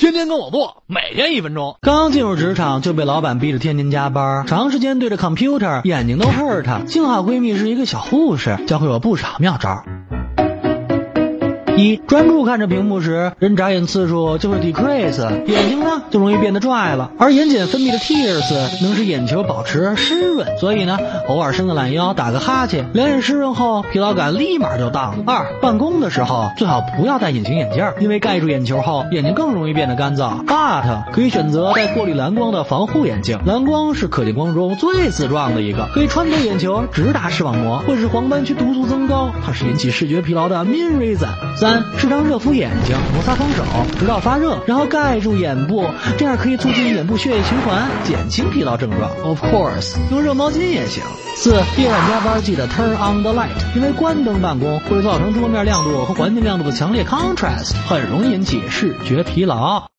天天跟我做，每天1分钟。 刚进入职场就被老板逼着天天加班，长时间对着 computer， 眼睛都 hurt。幸好闺蜜是一个小护士，教会我不少妙招。一、专注看着屏幕时，人眨眼次数就会 decrease， 眼睛呢就容易变得 dry 了，而眼睑分泌的 tears 能使眼球保持湿润，所以呢，偶尔伸个懒腰，打个哈欠，两眼湿润后，疲劳感立马就到了。二、办公的时候最好不要戴隐形眼镜，因为盖住眼球后，眼睛更容易变得干燥。but 可以选择带过滤蓝光的防护眼镜，蓝光是可见光中最刺壮的一个，可以穿透眼球，直达视网膜，会使黄斑区毒素增高，它是引起视觉疲劳的 main reason。三、适当热敷眼睛，摩擦双手，直到发热，然后盖住眼部，这样可以促进眼部血液循环，减轻疲劳症状。Of course， 用热毛巾也行。四、夜晚加班记得 turn on the light， 因为关灯办公会造成桌面亮度和环境亮度的强烈 contrast， 很容易引起视觉疲劳。